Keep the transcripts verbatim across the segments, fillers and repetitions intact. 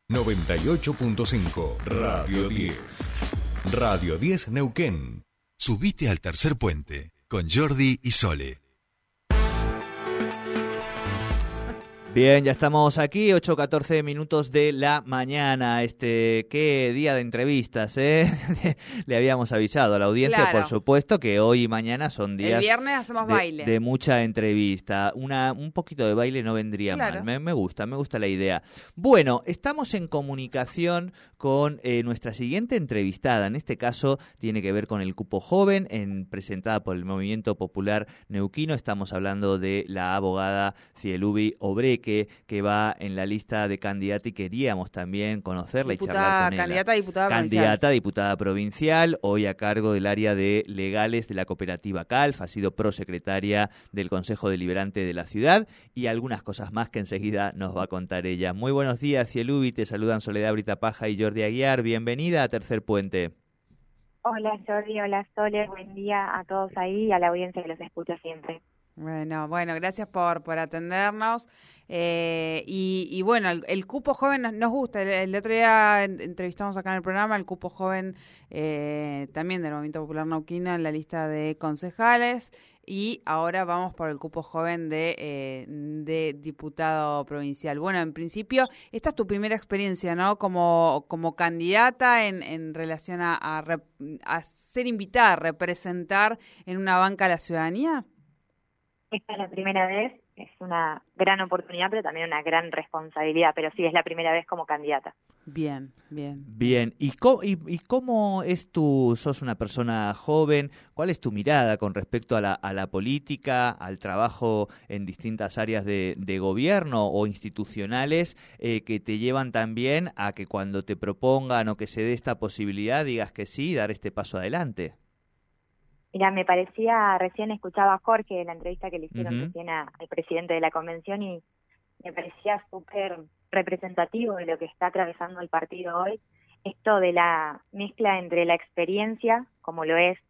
noventa y ocho punto cinco Radio diez. Radio diez Neuquén. Subite al tercer puente con Jordi y Sole. Bien, ya estamos aquí, ocho catorce minutos de la mañana. Este, qué día de entrevistas, ¿eh? Le habíamos avisado a la audiencia, Claro. por supuesto, que hoy y mañana son días El viernes hacemos de, baile. de mucha entrevista. Una, un poquito de baile no vendría Claro. mal. Me, me gusta, me gusta la idea. Bueno, estamos en comunicación con eh, nuestra siguiente entrevistada. En este caso tiene que ver con el cupo joven, en, presentada por el Movimiento Popular Neuquino. Estamos hablando de la abogada Cielubi Obreque, que va en la lista de candidata y queríamos también conocerla Diputada, y charlar con ella. candidata a diputada Candidata provincial. a diputada provincial, hoy a cargo del área de legales de la cooperativa CALF, ha sido prosecretaria del Consejo Deliberante de la ciudad y algunas cosas más que enseguida nos va a contar ella. Muy buenos días, Cielubi, te saludan Soledad Britapaja y Jordi Aguiar. Bienvenida a Tercer Puente. Hola Jordi, hola Sole, buen día a todos ahí y a la audiencia que los escucha siempre. Bueno, bueno, gracias por, por atendernos. Eh, y, y bueno, el, el cupo joven nos, nos gusta. El, el otro día en- entrevistamos acá en el programa el cupo joven eh, también del Movimiento Popular Neuquino en la lista de concejales. Y ahora vamos por el cupo joven de, eh, de diputado provincial. Bueno, en principio, esta es tu primera experiencia, ¿no? Como, como candidata en, en relación a, a, rep- a ser invitada a representar en una banca a la ciudadanía. Esta es la primera vez, es una gran oportunidad, pero también una gran responsabilidad, pero sí, es la primera vez como candidata. Bien, bien. Bien, ¿y cómo, y, y cómo es tu, sos una persona joven, cuál es tu mirada con respecto a la, a la política, al trabajo en distintas áreas de, de gobierno o institucionales eh, que te llevan también a que cuando te propongan o que se dé esta posibilidad digas que sí, dar este paso adelante? Mira, me parecía, recién escuchaba a Jorge en la entrevista que le hicieron Ujú. recién a- al presidente de la convención y me parecía súper representativo de lo que está atravesando el partido hoy, esto de la mezcla entre la experiencia, como lo es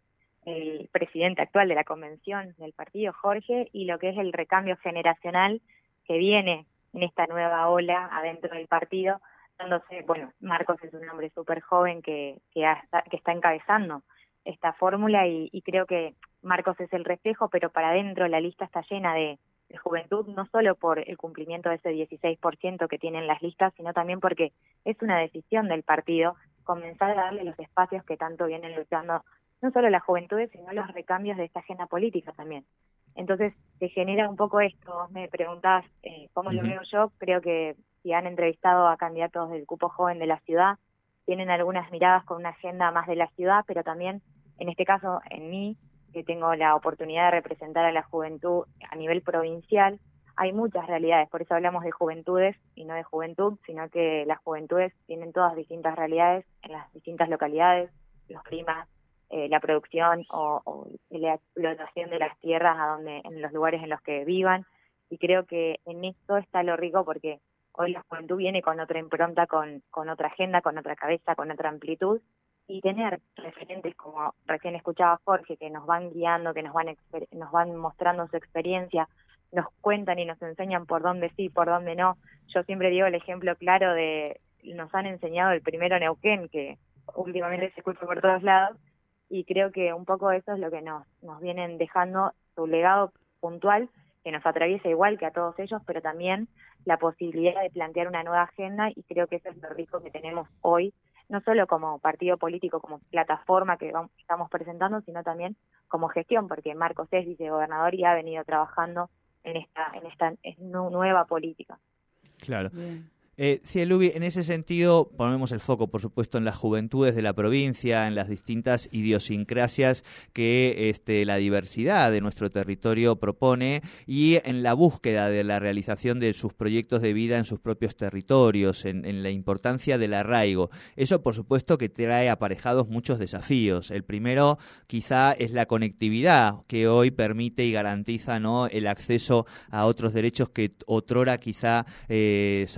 el presidente actual de la convención del partido, Jorge, y lo que es el recambio generacional que viene en esta nueva ola adentro del partido, dándose, bueno, Marcos es un hombre súper joven que, que, hasta- que está encabezando esta fórmula y, y creo que Marcos es el reflejo, pero para adentro la lista está llena de, de juventud, no solo por el cumplimiento de ese dieciséis por ciento que tienen las listas, sino también porque es una decisión del partido comenzar a darle los espacios que tanto vienen luchando no solo las juventudes, sino los recambios de esta agenda política también. Entonces se genera un poco esto, vos me preguntás eh, cómo lo Ujú. veo yo, creo que si han entrevistado a candidatos del cupo joven de la ciudad, tienen algunas miradas con una agenda más de la ciudad, pero también, en este caso, en mí, que tengo la oportunidad de representar a la juventud a nivel provincial, hay muchas realidades, por eso hablamos de juventudes y no de juventud, sino que las juventudes tienen todas distintas realidades en las distintas localidades, los climas, eh, la producción o, o la explotación de las tierras a donde, en los lugares en los que vivan, y creo que en esto está lo rico porque hoy la juventud viene con otra impronta, con, con otra agenda, con otra cabeza, con otra amplitud, y tener referentes como recién escuchaba Jorge, que nos van guiando, que nos van exper- nos van mostrando su experiencia, nos cuentan y nos enseñan por dónde sí, por dónde no. Yo siempre digo el ejemplo claro de, nos han enseñado el primero Neuquén, que últimamente se escucha por todos lados, y creo que un poco eso es lo que nos, nos vienen dejando, su legado puntual, que nos atraviesa igual que a todos ellos, pero también la posibilidad de plantear una nueva agenda, y creo que eso es lo rico que tenemos hoy, no solo como partido político, como plataforma que vamos, estamos presentando, sino también como gestión, porque Marcos es vicegobernador y ha venido trabajando en esta en esta en nueva política. Claro. Bien. Eh, Cielubi, en ese sentido, ponemos el foco, por supuesto, en las juventudes de la provincia, en las distintas idiosincrasias que este, la diversidad de nuestro territorio propone y en la búsqueda de la realización de sus proyectos de vida en sus propios territorios, en, en la importancia del arraigo. Eso, por supuesto, que trae aparejados muchos desafíos. El primero, quizá, es la conectividad, que hoy permite y garantiza, ¿no?, el acceso a otros derechos que otrora quizá eh, satisfacían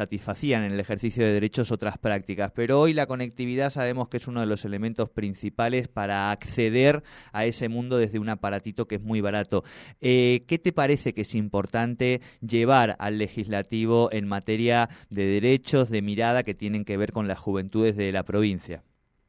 permitirían en el ejercicio de derechos otras prácticas. Pero hoy la conectividad sabemos que es uno de los elementos principales para acceder a ese mundo desde un aparatito que es muy barato. Eh, ¿Qué te parece que es importante llevar al legislativo en materia de derechos, de mirada que tienen que ver con las juventudes de la provincia?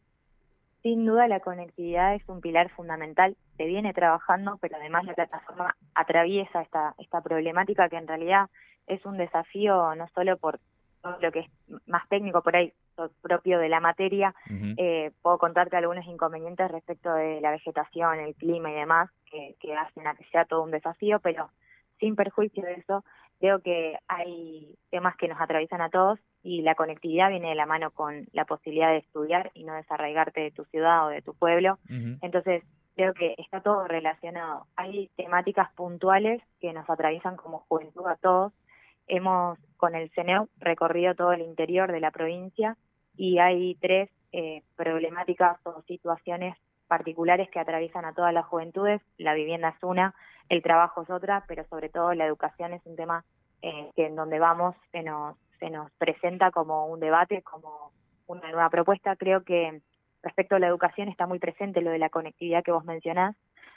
Sin duda la conectividad es un pilar fundamental, se viene trabajando, pero además la plataforma atraviesa esta, esta problemática que en realidad es un desafío no solo por todo lo que es más técnico por ahí, propio de la materia. Uh-huh. eh, puedo contarte algunos inconvenientes respecto de la vegetación, el clima y demás, que, que hacen a que sea todo un desafío, pero sin perjuicio de eso, creo que hay temas que nos atraviesan a todos y la conectividad viene de la mano con la posibilidad de estudiar y no desarraigarte de tu ciudad o de tu pueblo. Uh-huh. Entonces, creo que está todo relacionado. Hay temáticas puntuales que nos atraviesan como juventud a todos. Hemos, con el C N E U, recorrido todo el interior de la provincia y hay tres eh, problemáticas o situaciones particulares que atraviesan a todas las juventudes. La vivienda es una, el trabajo es otra, pero sobre todo la educación es un tema eh, que en donde vamos se nos, se nos presenta como un debate, como una nueva propuesta. Creo que respecto a la educación está muy presente lo de la conectividad que vos mencionás.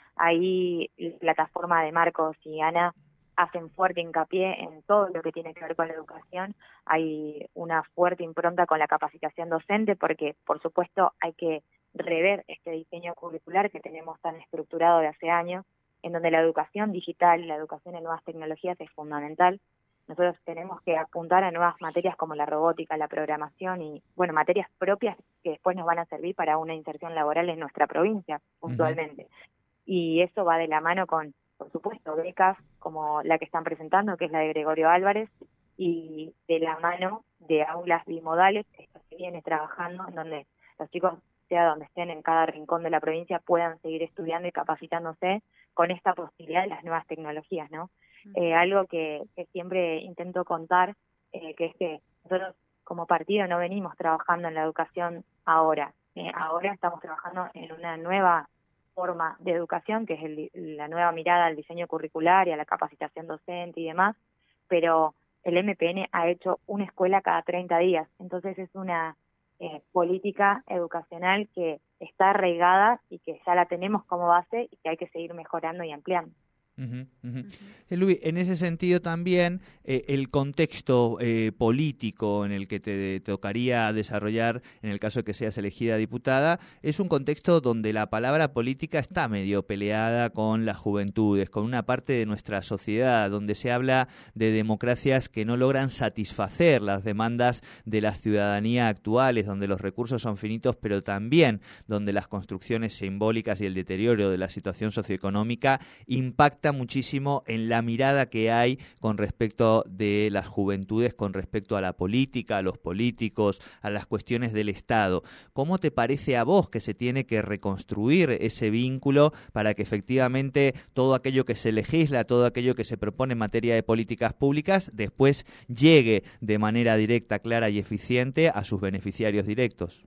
Ahí la plataforma de Marcos y Ana hacen fuerte hincapié en todo lo que tiene que ver con la educación. Hay una fuerte impronta con la capacitación docente porque, por supuesto, hay que rever este diseño curricular que tenemos tan estructurado de hace años, en donde la educación digital, la educación en nuevas tecnologías es fundamental. Nosotros tenemos que apuntar a nuevas materias como la robótica, la programación y, bueno, materias propias que después nos van a servir para una inserción laboral en nuestra provincia, puntualmente. Uh-huh. Y eso va de la mano con, por supuesto, becas como la que están presentando, que es la de Gregorio Álvarez, y de la mano de aulas bimodales, que esto se viene trabajando, en donde los chicos, sea donde estén en cada rincón de la provincia, puedan seguir estudiando y capacitándose con esta posibilidad de las nuevas tecnologías, ¿no? Uh-huh. Eh, algo que, que siempre intento contar, eh, que es que nosotros como partido no venimos trabajando en la educación ahora. Eh, ahora estamos trabajando en una nueva forma de educación, que es el, la nueva mirada al diseño curricular y a la capacitación docente y demás, pero el M P N ha hecho una escuela cada treinta días, entonces es una eh, política educacional que está arraigada y que ya la tenemos como base y que hay que seguir mejorando y ampliando. Uh-huh, uh-huh. Uh-huh. Luis, en ese sentido también eh, el contexto eh, político en el que te tocaría desarrollar, en el caso de que seas elegida diputada, es un contexto donde la palabra política está medio peleada con las juventudes, con una parte de nuestra sociedad, donde se habla de democracias que no logran satisfacer las demandas de la ciudadanía actuales, donde los recursos son finitos, pero también donde las construcciones simbólicas y el deterioro de la situación socioeconómica impactan muchísimo en la mirada que hay con respecto de las juventudes, con respecto a la política, a los políticos, a las cuestiones del Estado. ¿Cómo te parece a vos que se tiene que reconstruir ese vínculo para que efectivamente todo aquello que se legisla, todo aquello que se propone en materia de políticas públicas, después llegue de manera directa, clara y eficiente a sus beneficiarios directos?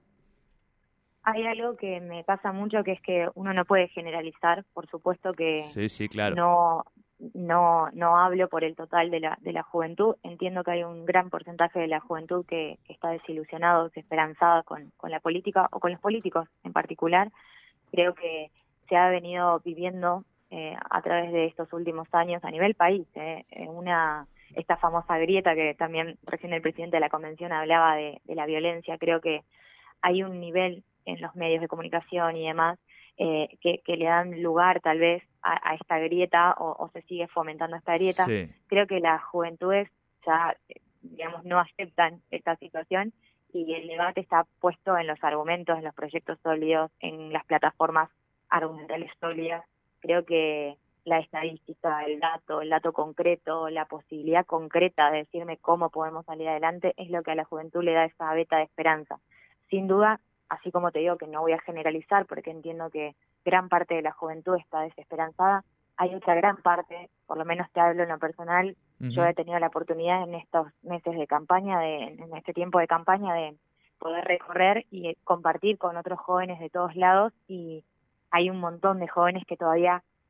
Hay algo que me pasa mucho, que es que uno no puede generalizar, por supuesto que sí, sí, claro. no no no hablo por el total de la de la juventud. Entiendo que hay un gran porcentaje de la juventud que, que está desilusionado, desesperanzada con, con la política o con los políticos en particular. Creo que se ha venido viviendo eh, a través de estos últimos años a nivel país eh, una esta famosa grieta que también recién el presidente de la convención hablaba de, de la violencia. Creo que hay un nivel en los medios de comunicación y demás, eh, que, que le dan lugar tal vez a, a esta grieta o, o se sigue fomentando esta grieta. Sí. Creo que las juventudes ya, digamos, no aceptan esta situación y el debate está puesto en los argumentos, en los proyectos sólidos, en las plataformas argumentales sólidas. Creo que la estadística, el dato, el dato concreto, la posibilidad concreta de decirme cómo podemos salir adelante es lo que a la juventud le da esa veta de esperanza. Sin duda, así como te digo que no voy a generalizar porque entiendo que gran parte de la juventud está desesperanzada, hay otra gran parte, por lo menos te hablo en lo personal, uh-huh. Yo he tenido la oportunidad en estos meses de campaña, de, en este tiempo de campaña, de poder recorrer y compartir con otros jóvenes de todos lados y hay un montón de jóvenes que todavía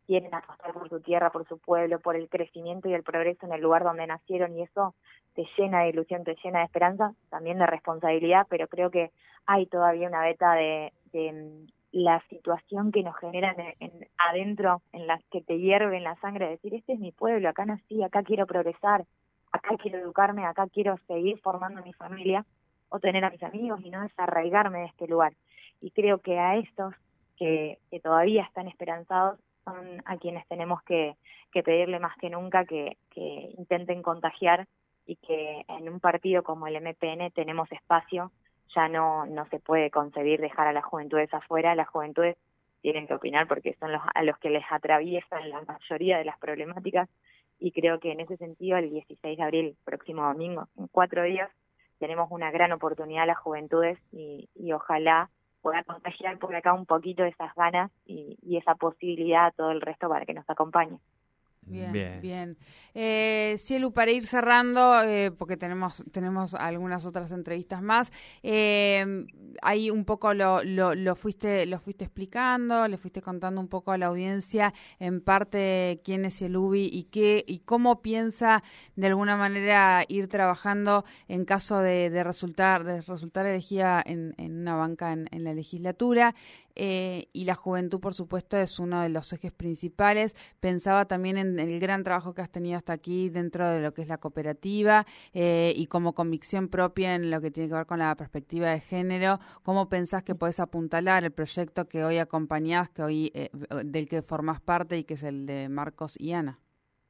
quieren apostar por su tierra, por su pueblo, por el crecimiento y el progreso en el lugar donde nacieron, y eso te llena de ilusión, te llena de esperanza, también de responsabilidad, pero creo que hay todavía una beta de, de la situación que nos generan en, en, adentro, en la que te hierve en la sangre, de decir, este es mi pueblo, acá nací, acá quiero progresar, acá quiero educarme, acá quiero seguir formando mi familia, o tener a mis amigos y no desarraigarme de este lugar. Y creo que a estos que, que todavía están esperanzados son a quienes tenemos que, que pedirle más que nunca que, que intenten contagiar, y que en un partido como el M P N tenemos espacio. Ya no, no se puede concebir dejar a las juventudes afuera. Las juventudes tienen que opinar porque son los a los que les atraviesan la mayoría de las problemáticas, y creo que en ese sentido el dieciséis de abril, próximo domingo, en cuatro días, tenemos una gran oportunidad las juventudes, y, y ojalá pueda contagiar por acá un poquito de esas ganas y, y esa posibilidad a todo el resto para que nos acompañe. Bien, bien. bien. Eh, Cielu, para ir cerrando, eh, porque tenemos tenemos algunas otras entrevistas más, eh, ahí un poco lo, lo, lo fuiste lo fuiste explicando, le fuiste contando un poco a la audiencia, en parte quién es Cielubi y qué y cómo piensa de alguna manera ir trabajando en caso de, de resultar de resultar elegida en, en una banca en, en la legislatura. Eh, y la juventud, por supuesto, es uno de los ejes principales. Pensaba también en el gran trabajo que has tenido hasta aquí dentro de lo que es la cooperativa, eh, y como convicción propia en lo que tiene que ver con la perspectiva de género. ¿Cómo pensás que podés apuntalar el proyecto que hoy acompañás, que hoy eh, del que formás parte, y que es el de Marcos y Ana?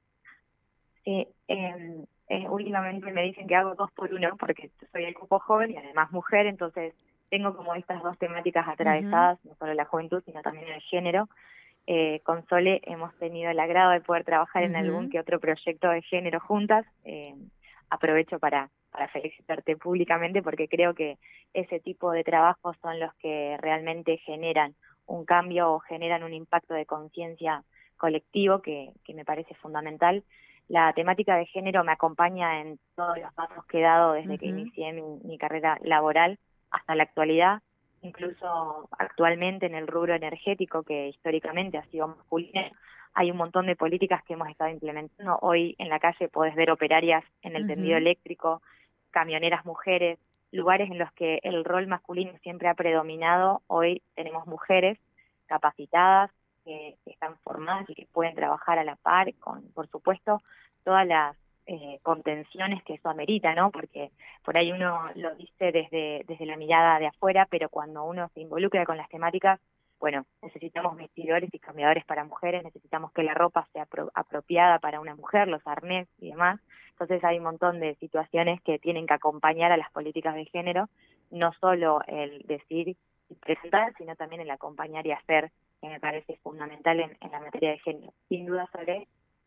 Sí, eh, eh, últimamente me dicen que hago dos por uno, porque soy el cupo joven y además mujer, entonces tengo como estas dos temáticas atravesadas, uh-huh. no solo la juventud, sino también el género. Eh, con Sole hemos tenido el agrado de poder trabajar uh-huh. en algún que otro proyecto de género juntas. Eh, aprovecho para, para felicitarte públicamente, porque creo que ese tipo de trabajos son los que realmente generan un cambio o generan un impacto de conciencia colectivo que, que me parece fundamental. La temática de género me acompaña en todos los pasos que he dado desde uh-huh. que inicié mi, mi carrera laboral hasta la actualidad, incluso actualmente en el rubro energético, que históricamente ha sido masculino. Hay un montón de políticas que hemos estado implementando. Hoy en la calle podés ver operarias en el uh-huh. tendido eléctrico, camioneras mujeres, lugares en los que el rol masculino siempre ha predominado. Hoy tenemos mujeres capacitadas, que, que están formadas y que pueden trabajar a la par con, por supuesto, todas las Eh, contenciones que eso amerita, ¿no? Porque por ahí uno lo dice desde desde la mirada de afuera, pero cuando uno se involucra con las temáticas, bueno, necesitamos vestidores y cambiadores para mujeres, necesitamos que la ropa sea pro, apropiada para una mujer, los arnés y demás. Entonces hay un montón de situaciones que tienen que acompañar a las políticas de género, no solo el decir y presentar, sino también el acompañar y hacer, que me parece fundamental en, en la materia de género. Sin duda sobre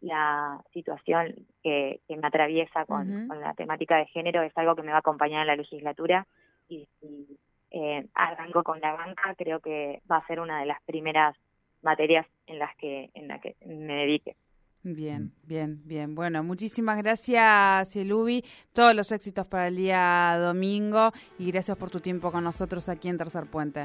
la situación que, que me atraviesa con, uh-huh. con la temática de género es algo que me va a acompañar en la legislatura, y si eh, arranco con la banca, creo que va a ser una de las primeras materias en las que en la que me dedique. Bien, bien, bien. Bueno, muchísimas gracias, Cielubi. Todos los éxitos para el día domingo, y gracias por tu tiempo con nosotros aquí en Tercer Puente.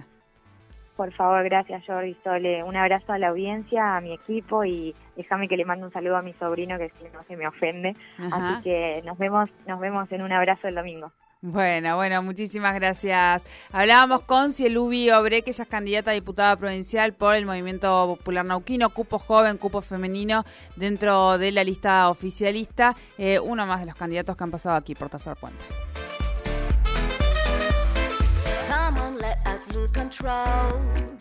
Por favor, gracias, Jordi, Sole. Un abrazo a la audiencia, a mi equipo, y déjame que le mande un saludo a mi sobrino, que si no se me ofende. Ajá. Así que nos vemos, nos vemos en un abrazo el domingo. Bueno, bueno, muchísimas gracias. Hablábamos con Cielubi Obré, que ella es candidata a diputada provincial por el Movimiento Popular Neuquino, cupo joven, cupo femenino dentro de la lista oficialista, eh, uno más de los candidatos que han pasado aquí por Tercer Puente. Come on, let us lose control.